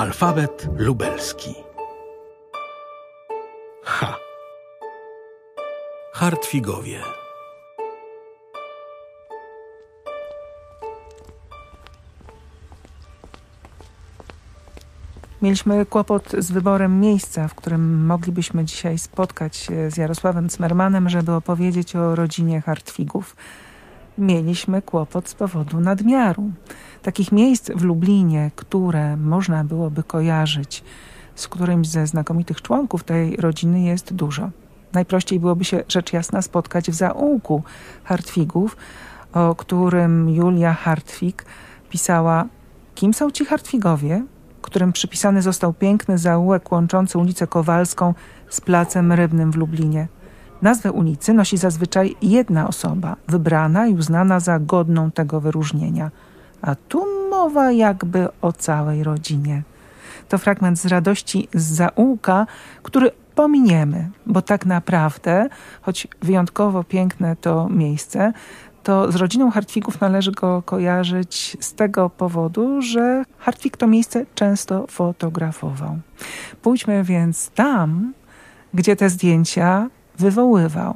Alfabet lubelski. H. Hartwigowie. Mieliśmy kłopot z wyborem miejsca, w którym moglibyśmy dzisiaj spotkać się z Jarosławem Cmermanem, żeby opowiedzieć o rodzinie Hartwigów. Mieliśmy kłopot z powodu nadmiaru. Takich miejsc w Lublinie, które można byłoby kojarzyć z którymś ze znakomitych członków tej rodziny, jest dużo. Najprościej byłoby się, rzecz jasna, spotkać w zaułku Hartwigów, o którym Julia Hartwig pisała: kim są ci Hartwigowie, którym przypisany został piękny zaułek łączący ulicę Kowalską z Placem Rybnym w Lublinie. Nazwę ulicy nosi zazwyczaj jedna osoba, wybrana i uznana za godną tego wyróżnienia. A tu mowa jakby o całej rodzinie. To fragment z Radości z zaułka, który pominiemy, bo tak naprawdę, choć wyjątkowo piękne to miejsce, to z rodziną Hartwigów należy go kojarzyć z tego powodu, że Hartwig to miejsce często fotografował. Pójdźmy więc tam, gdzie te zdjęcia wywoływał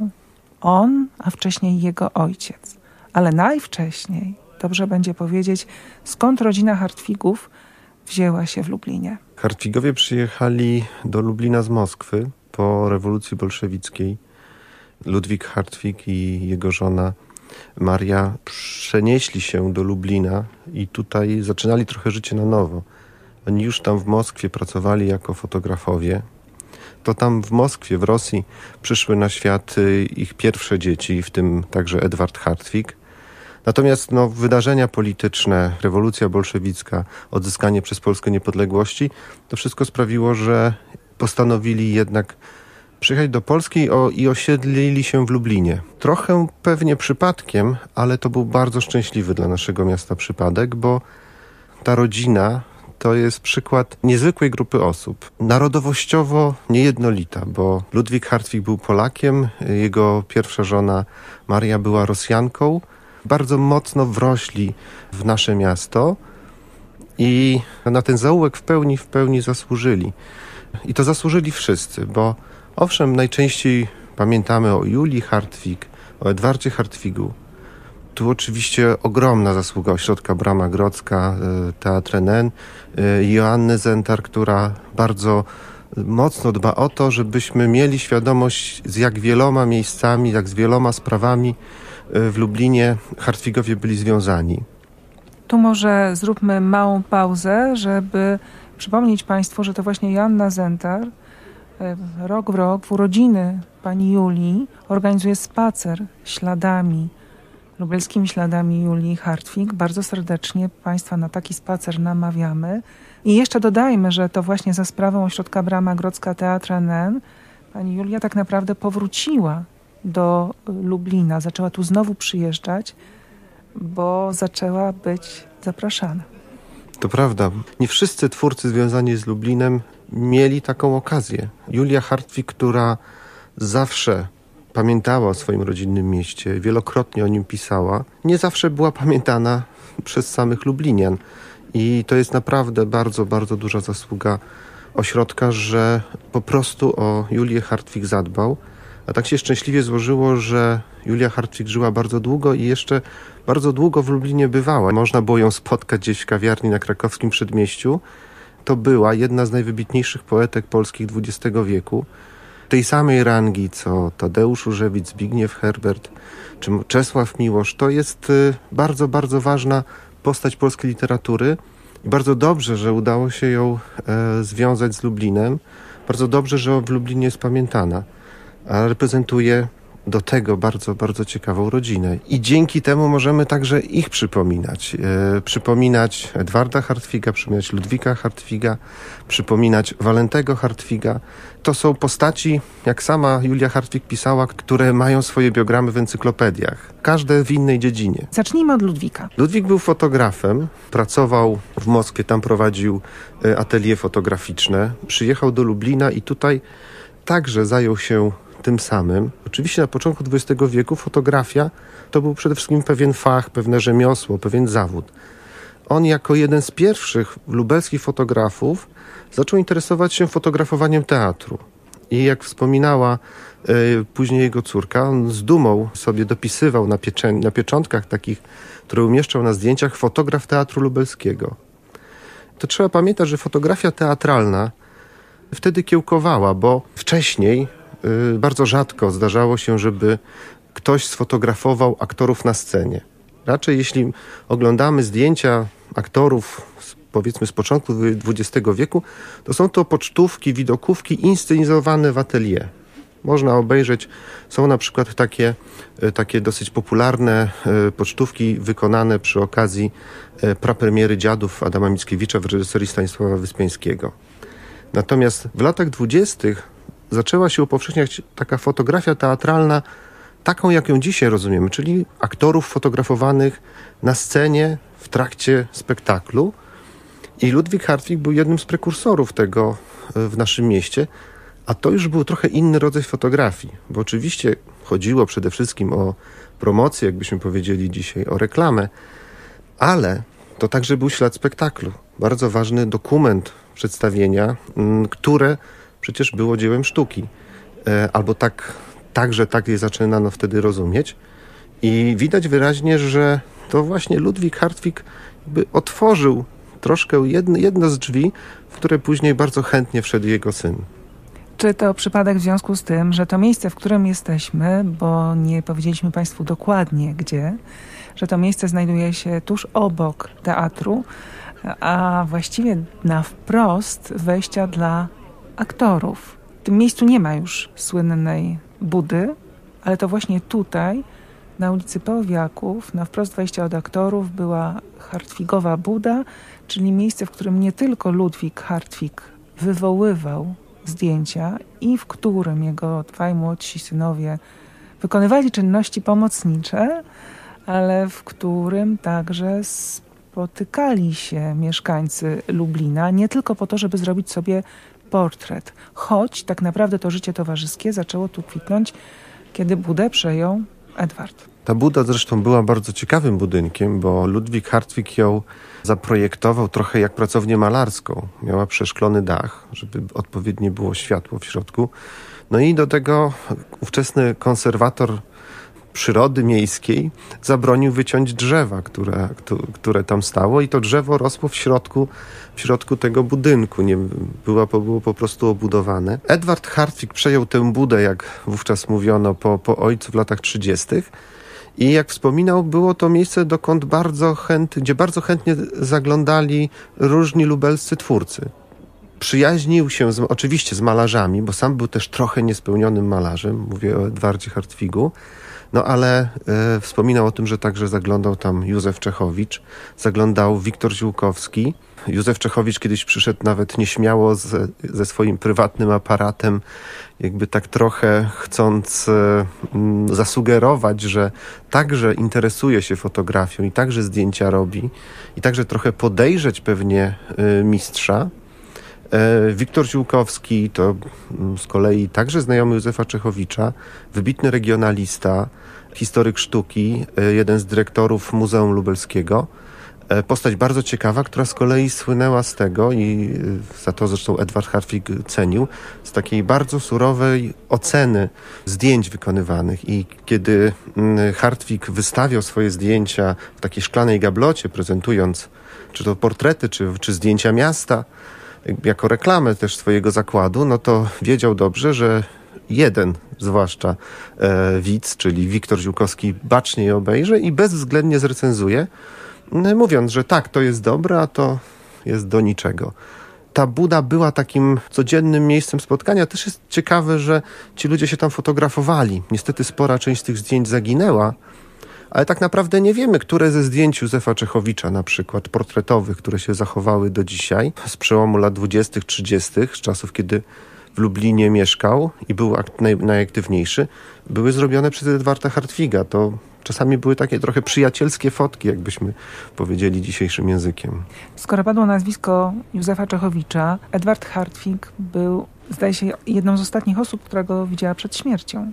on, a wcześniej jego ojciec. Ale najwcześniej dobrze będzie powiedzieć, skąd rodzina Hartwigów wzięła się w Lublinie. Hartwigowie przyjechali do Lublina z Moskwy po rewolucji bolszewickiej. Ludwik Hartwig i jego żona Maria przenieśli się do Lublina i tutaj zaczynali trochę życie na nowo. Oni już tam w Moskwie pracowali jako fotografowie. To tam w Moskwie, w Rosji przyszły na świat ich pierwsze dzieci, w tym także Edward Hartwig. Natomiast wydarzenia polityczne, rewolucja bolszewicka, odzyskanie przez Polskę niepodległości, to wszystko sprawiło, że postanowili jednak przyjechać do Polski i osiedlili się w Lublinie. Trochę pewnie przypadkiem, ale to był bardzo szczęśliwy dla naszego miasta przypadek, bo ta rodzina to jest przykład niezwykłej grupy osób. Narodowościowo niejednolita, bo Ludwik Hartwig był Polakiem, jego pierwsza żona Maria była Rosjanką. Bardzo mocno wrośli w nasze miasto i na ten zaułek w pełni zasłużyli. I to zasłużyli wszyscy, bo owszem, najczęściej pamiętamy o Julii Hartwig, o Edwardzie Hartwigu. Tu oczywiście ogromna zasługa Ośrodka Brama Grodzka, Teatr NN, Joanny Zentar, która bardzo mocno dba o to, żebyśmy mieli świadomość, z jak wieloma miejscami, jak z wieloma sprawami w Lublinie Hartwigowie byli związani. Tu może zróbmy małą pauzę, żeby przypomnieć Państwu, że to właśnie Joanna Zentar rok w rok w urodziny pani Julii organizuje spacer śladami, lubelskimi śladami Julii Hartwig. Bardzo serdecznie Państwa na taki spacer namawiamy. I jeszcze dodajmy, że to właśnie za sprawą Ośrodka Brama Grodzka Teatr NN pani Julia tak naprawdę powróciła do Lublina. Zaczęła tu znowu przyjeżdżać, bo zaczęła być zapraszana. To prawda. Nie wszyscy twórcy związani z Lublinem mieli taką okazję. Julia Hartwig, która zawsze pamiętała o swoim rodzinnym mieście, wielokrotnie o nim pisała, nie zawsze była pamiętana przez samych lublinian. I to jest naprawdę bardzo, bardzo duża zasługa ośrodka, że po prostu o Julię Hartwig zadbał. A tak się szczęśliwie złożyło, że Julia Hartwig żyła bardzo długo i jeszcze bardzo długo w Lublinie bywała. Można było ją spotkać gdzieś w kawiarni na krakowskim Przedmieściu. To była jedna z najwybitniejszych poetek polskich XX wieku. Tej samej rangi co Tadeusz Różewicz, Zbigniew Herbert czy Czesław Miłosz. To jest bardzo, bardzo ważna postać polskiej literatury i bardzo dobrze, że udało się ją związać z Lublinem. Bardzo dobrze, że w Lublinie jest pamiętana, a reprezentuje do tego bardzo, bardzo ciekawą rodzinę. I dzięki temu możemy także ich przypominać. Przypominać Edwarda Hartwiga, przypominać Ludwika Hartwiga, przypominać Walentego Hartwiga. To są postaci, jak sama Julia Hartwig pisała, które mają swoje biogramy w encyklopediach. Każde w innej dziedzinie. Zacznijmy od Ludwika. Ludwik był fotografem, pracował w Moskwie, tam prowadził atelier fotograficzne. Przyjechał do Lublina i tutaj także zajął się tym samym. Oczywiście na początku XX wieku fotografia to był przede wszystkim pewien fach, pewne rzemiosło, pewien zawód. on jako jeden z pierwszych lubelskich fotografów zaczął interesować się fotografowaniem teatru. I jak wspominała później jego córka, on z dumą sobie dopisywał na pieczątkach takich, które umieszczał na zdjęciach, fotograf Teatru Lubelskiego. To trzeba pamiętać, że fotografia teatralna wtedy kiełkowała, bo wcześniej bardzo rzadko zdarzało się, żeby ktoś sfotografował aktorów na scenie. Raczej jeśli oglądamy zdjęcia aktorów powiedzmy z początku XX wieku, to są to pocztówki, widokówki inscenizowane w atelier. Można obejrzeć, są na przykład takie dosyć popularne pocztówki wykonane przy okazji prapremiery Dziadów Adama Mickiewicza w reżyserii Stanisława Wyspiańskiego. Natomiast w latach 20. zaczęła się upowszechniać taka fotografia teatralna, taką jak ją dzisiaj rozumiemy, czyli aktorów fotografowanych na scenie w trakcie spektaklu. I Ludwik Hartwig był jednym z prekursorów tego w naszym mieście, a to już był trochę inny rodzaj fotografii, bo oczywiście chodziło przede wszystkim o promocję, jakbyśmy powiedzieli dzisiaj, o reklamę, ale to także był ślad spektaklu. Bardzo ważny dokument przedstawienia, które przecież było dziełem sztuki. Albo tak je zaczynano wtedy rozumieć. I widać wyraźnie, że to właśnie Ludwik Hartwig jakby otworzył troszkę jedno z drzwi, w które później bardzo chętnie wszedł jego syn. Czy to przypadek w związku z tym, że to miejsce, w którym jesteśmy, bo nie powiedzieliśmy Państwu dokładnie gdzie, że to miejsce znajduje się tuż obok teatru, a właściwie na wprost wejścia dla aktorów. W tym miejscu nie ma już słynnej budy, ale to właśnie tutaj, na ulicy Powiaków, na wprost wejścia od aktorów była Hartwigowa buda, czyli miejsce, w którym nie tylko Ludwik Hartwig wywoływał zdjęcia i w którym jego dwaj młodsi synowie wykonywali czynności pomocnicze, ale w którym także spotykali się mieszkańcy Lublina nie tylko po to, żeby zrobić sobie portret, choć tak naprawdę to życie towarzyskie zaczęło tu kwitnąć, kiedy budę przejął Edward. Ta buda zresztą była bardzo ciekawym budynkiem, bo Ludwik Hartwig ją zaprojektował trochę jak pracownię malarską. Miała przeszklony dach, żeby odpowiednie było światło w środku. No i do tego ówczesny konserwator przyrody miejskiej zabronił wyciąć drzewa, które tam stało, i to drzewo rosło w środku tego budynku. Było po prostu obudowane. Edward Hartwig przejął tę budę, jak wówczas mówiono, po ojcu w latach 30. I jak wspominał, było to miejsce, gdzie bardzo chętnie zaglądali różni lubelscy twórcy. Przyjaźnił się oczywiście z malarzami, bo sam był też trochę niespełnionym malarzem. Mówię o Edwardzie Hartwigu. No ale wspominał o tym, że także zaglądał tam Józef Czechowicz, zaglądał Wiktor Ziółkowski. Józef Czechowicz kiedyś przyszedł nawet nieśmiało ze swoim prywatnym aparatem, jakby tak trochę chcąc zasugerować, że także interesuje się fotografią i także zdjęcia robi i także trochę podejrzeć pewnie mistrza. Wiktor Ziółkowski to z kolei także znajomy Józefa Czechowicza, wybitny regionalista, historyk sztuki, jeden z dyrektorów Muzeum Lubelskiego. Postać bardzo ciekawa, która z kolei słynęła z tego, i za to zresztą Edward Hartwig cenił, z takiej bardzo surowej oceny zdjęć wykonywanych. I kiedy Hartwig wystawiał swoje zdjęcia w takiej szklanej gablocie, prezentując czy to portrety, czy zdjęcia miasta, jako reklamę też swojego zakładu, no to wiedział dobrze, że jeden zwłaszcza widz, czyli Wiktor Ziółkowski, bacznie je obejrzy i bezwzględnie zrecenzuje, mówiąc, że tak, to jest dobre, a to jest do niczego. Ta buda była takim codziennym miejscem spotkania. Też jest ciekawe, że ci ludzie się tam fotografowali. Niestety spora część z tych zdjęć zaginęła, ale tak naprawdę nie wiemy, które ze zdjęć Józefa Czechowicza, na przykład portretowych, które się zachowały do dzisiaj, z przełomu lat 20., 30., z czasów, kiedy w Lublinie mieszkał i był najaktywniejszy, były zrobione przez Edwarda Hartwiga. To czasami były takie trochę przyjacielskie fotki, jakbyśmy powiedzieli dzisiejszym językiem. Skoro padło nazwisko Józefa Czechowicza, Edward Hartwig był, zdaje się, jedną z ostatnich osób, która go widziała przed śmiercią.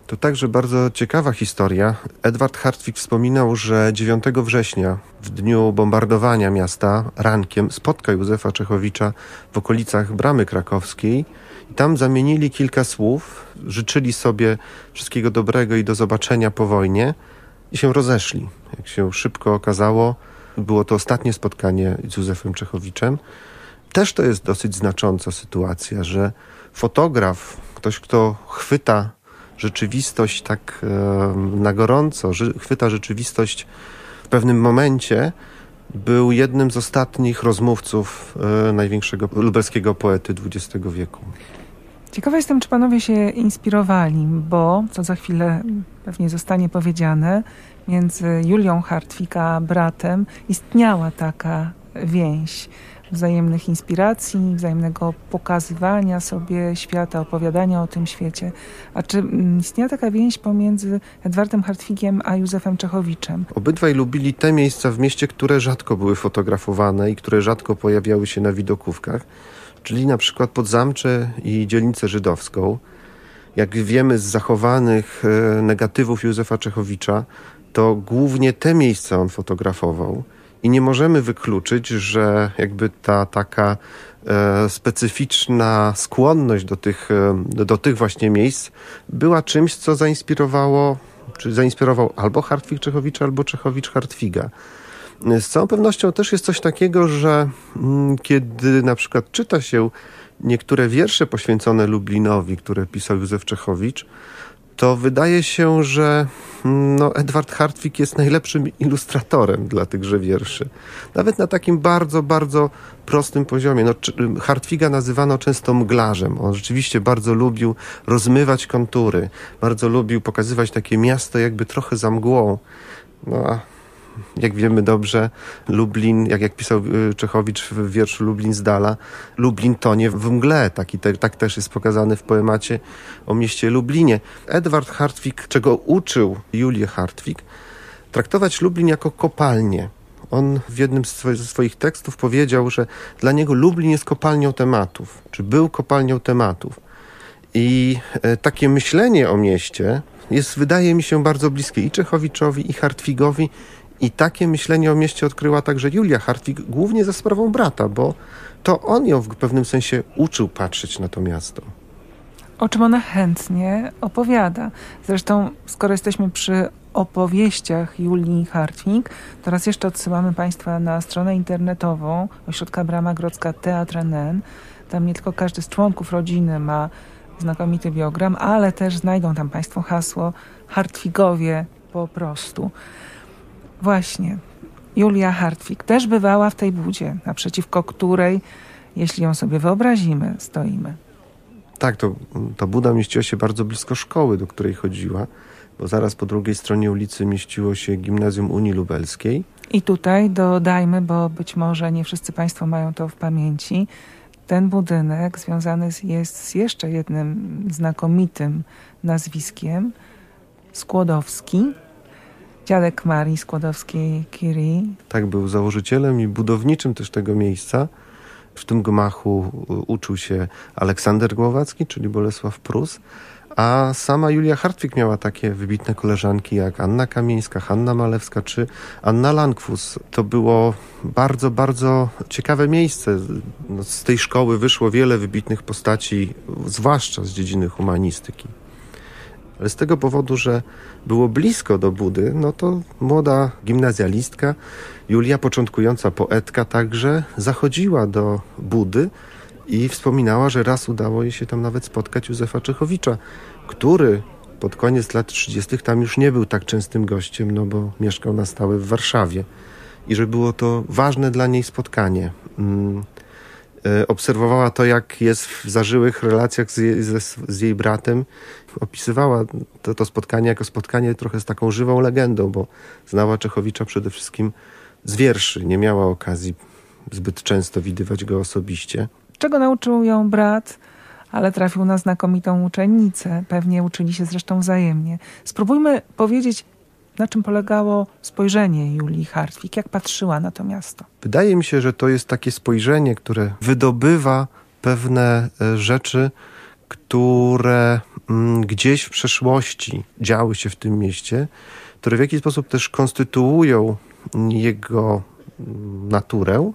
To także bardzo ciekawa historia. Edward Hartwig wspominał, że 9 września, w dniu bombardowania miasta, rankiem spotka Józefa Czechowicza w okolicach Bramy Krakowskiej i tam zamienili kilka słów, życzyli sobie wszystkiego dobrego i do zobaczenia po wojnie i się rozeszli. Jak się szybko okazało, było to ostatnie spotkanie z Józefem Czechowiczem. Też to jest dosyć znacząca sytuacja, że fotograf, ktoś, kto chwyta rzeczywistość tak na gorąco, chwyta rzeczywistość w pewnym momencie, był jednym z ostatnich rozmówców największego lubelskiego poety XX wieku. Ciekawa jestem, czy panowie się inspirowali, bo, co za chwilę pewnie zostanie powiedziane, między Julią Hartwig a bratem istniała taka więź wzajemnych inspiracji, wzajemnego pokazywania sobie świata, opowiadania o tym świecie. A czy istniała taka więź pomiędzy Edwardem Hartwigiem a Józefem Czechowiczem? Obydwaj lubili te miejsca w mieście, które rzadko były fotografowane i które rzadko pojawiały się na widokówkach, czyli na przykład Podzamcze i dzielnicę żydowską. Jak wiemy z zachowanych negatywów Józefa Czechowicza, to głównie te miejsca on fotografował. I nie możemy wykluczyć, że jakby ta taka specyficzna skłonność do tych właśnie miejsc była czymś, co zainspirował albo Hartwig Czechowicza, albo Czechowicz Hartwiga. Z całą pewnością też jest coś takiego, że kiedy na przykład czyta się niektóre wiersze poświęcone Lublinowi, które pisał Józef Czechowicz, to wydaje się, że Edward Hartwig jest najlepszym ilustratorem dla tychże wierszy. Nawet na takim bardzo, bardzo prostym poziomie. Hartwiga nazywano często mglarzem. On rzeczywiście bardzo lubił rozmywać kontury. Bardzo lubił pokazywać takie miasto jakby trochę za mgłą. A jak wiemy dobrze, Lublin, jak pisał Czechowicz w wierszu Lublin z dala, Lublin tonie w mgle. Tak też jest pokazany w poemacie o mieście Lublinie. Edward Hartwig, czego uczył Julię Hartwig, traktować Lublin jako kopalnię. On w jednym ze swoich tekstów powiedział, że dla niego Lublin jest kopalnią tematów, czy był kopalnią tematów. I takie myślenie o mieście wydaje mi się, bardzo bliskie i Czechowiczowi, i Hartwigowi. I takie myślenie o mieście odkryła także Julia Hartwig, głównie za sprawą brata, bo to on ją w pewnym sensie uczył patrzeć na to miasto. O czym ona chętnie opowiada. Zresztą, skoro jesteśmy przy opowieściach Julii Hartwig, to raz jeszcze odsyłamy Państwa na stronę internetową Ośrodka Brama Grodzka Teatr NN. Tam nie tylko każdy z członków rodziny ma znakomity biogram, ale też znajdą tam Państwo hasło Hartwigowie po prostu. Właśnie, Julia Hartwig też bywała w tej budzie, naprzeciwko której, jeśli ją sobie wyobrazimy, stoimy. Tak, to buda mieściła się bardzo blisko szkoły, do której chodziła, bo zaraz po drugiej stronie ulicy mieściło się Gimnazjum Unii Lubelskiej. I tutaj dodajmy, bo być może nie wszyscy Państwo mają to w pamięci, ten budynek związany jest z jeszcze jednym znakomitym nazwiskiem, Skłodowski. Dziadek Marii Skłodowskiej-Curie. Tak, był założycielem i budowniczym też tego miejsca. W tym gmachu uczył się Aleksander Głowacki, czyli Bolesław Prus, a sama Julia Hartwig miała takie wybitne koleżanki jak Anna Kamieńska, Hanna Malewska czy Anna Langfus. To było bardzo, bardzo ciekawe miejsce. Z tej szkoły wyszło wiele wybitnych postaci, zwłaszcza z dziedziny humanistyki. Ale z tego powodu, że było blisko do budy, to młoda gimnazjalistka, Julia, początkująca poetka także, zachodziła do budy i wspominała, że raz udało jej się tam nawet spotkać Józefa Czechowicza, który pod koniec lat 30. tam już nie był tak częstym gościem, bo mieszkał na stałe w Warszawie i że było to ważne dla niej spotkanie. Obserwowała to, jak jest w zażyłych relacjach z jej bratem. Opisywała to spotkanie jako spotkanie trochę z taką żywą legendą, bo znała Czechowicza przede wszystkim z wierszy. Nie miała okazji zbyt często widywać go osobiście. Czego nauczył ją brat, ale trafił na znakomitą uczennicę. Pewnie uczyli się zresztą wzajemnie. Spróbujmy powiedzieć, na czym polegało spojrzenie Julii Hartwig, jak patrzyła na to miasto. Wydaje mi się, że to jest takie spojrzenie, które wydobywa pewne rzeczy, które gdzieś w przeszłości działy się w tym mieście, które w jakiś sposób też konstytuują jego naturę.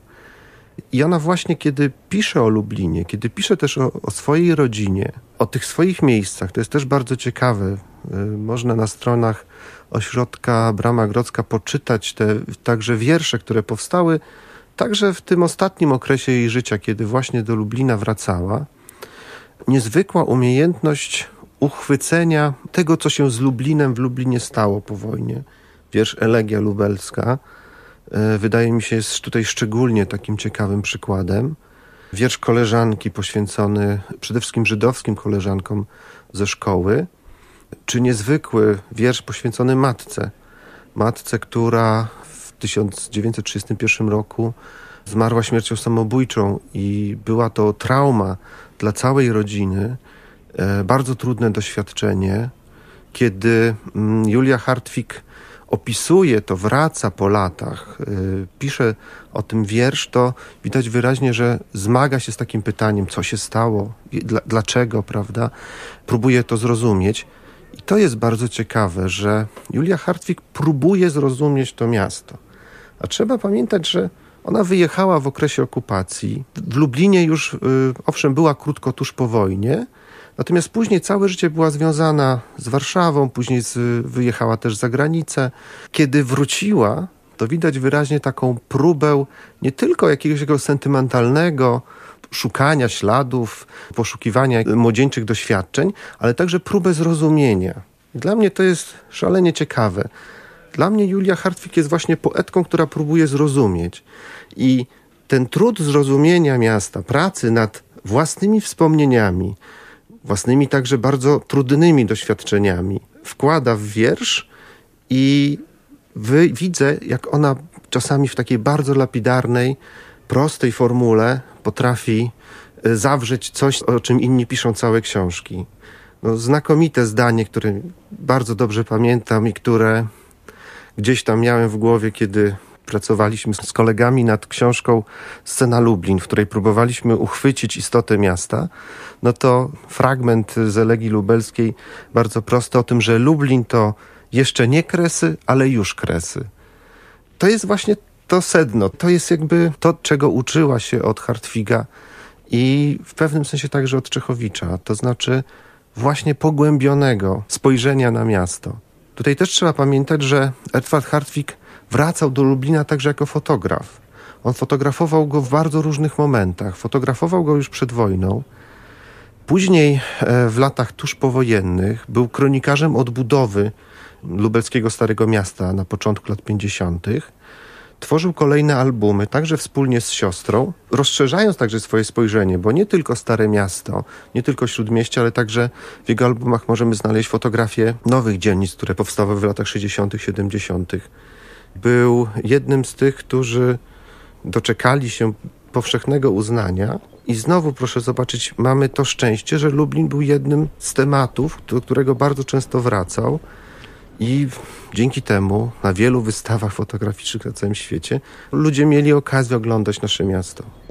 I ona właśnie, kiedy pisze o Lublinie, kiedy pisze też o swojej rodzinie, o tych swoich miejscach, to jest też bardzo ciekawe. Można na stronach ośrodka Brama Grodzka poczytać te także wiersze, które powstały także w tym ostatnim okresie jej życia, kiedy właśnie do Lublina wracała. Niezwykła umiejętność uchwycenia tego, co się z Lublinem w Lublinie stało po wojnie. Wiersz Elegia Lubelska wydaje mi się jest tutaj szczególnie takim ciekawym przykładem. Wiersz koleżanki poświęcony przede wszystkim żydowskim koleżankom ze szkoły, czy niezwykły wiersz poświęcony matce, która w 1931 roku zmarła śmiercią samobójczą i była to trauma dla całej rodziny, bardzo trudne doświadczenie. Kiedy Julia Hartwig opisuje to, wraca po latach, pisze o tym wiersz, to widać wyraźnie, że zmaga się z takim pytaniem, co się stało, dlaczego, prawda? Próbuje to zrozumieć. I to jest bardzo ciekawe, że Julia Hartwig próbuje zrozumieć to miasto. A trzeba pamiętać, że ona wyjechała w okresie okupacji. W Lublinie już, owszem, była krótko tuż po wojnie, natomiast później całe życie była związana z Warszawą, później wyjechała też za granicę. Kiedy wróciła, to widać wyraźnie taką próbę nie tylko jakiegoś sentymentalnego szukania śladów, poszukiwania młodzieńczych doświadczeń, ale także próbę zrozumienia. Dla mnie to jest szalenie ciekawe. Dla mnie Julia Hartwig jest właśnie poetką, która próbuje zrozumieć. I ten trud zrozumienia miasta, pracy nad własnymi wspomnieniami, własnymi także bardzo trudnymi doświadczeniami wkłada w wiersz i widzę, jak ona czasami w takiej bardzo lapidarnej, prostej formule potrafi zawrzeć coś, o czym inni piszą całe książki. Znakomite zdanie, które bardzo dobrze pamiętam i które gdzieś tam miałem w głowie, kiedy pracowaliśmy z kolegami nad książką Scena Lublin, w której próbowaliśmy uchwycić istotę miasta. To fragment z Elegii Lubelskiej, bardzo prosty, o tym, że Lublin to jeszcze nie Kresy, ale już Kresy. To jest właśnie to sedno, to jest jakby to, czego uczyła się od Hartwiga i w pewnym sensie także od Czechowicza, to znaczy właśnie pogłębionego spojrzenia na miasto. Tutaj też trzeba pamiętać, że Edward Hartwig wracał do Lublina także jako fotograf. On fotografował go w bardzo różnych momentach. Fotografował go już przed wojną. Później w latach tuż powojennych był kronikarzem odbudowy lubelskiego Starego Miasta na początku lat 50. Tworzył kolejne albumy, także wspólnie z siostrą, rozszerzając także swoje spojrzenie, bo nie tylko Stare Miasto, nie tylko Śródmieście, ale także w jego albumach możemy znaleźć fotografie nowych dzielnic, które powstały w latach 60., 70. Był jednym z tych, którzy doczekali się powszechnego uznania i znowu proszę zobaczyć, mamy to szczęście, że Lublin był jednym z tematów, do którego bardzo często wracał i dzięki temu na wielu wystawach fotograficznych na całym świecie ludzie mieli okazję oglądać nasze miasto.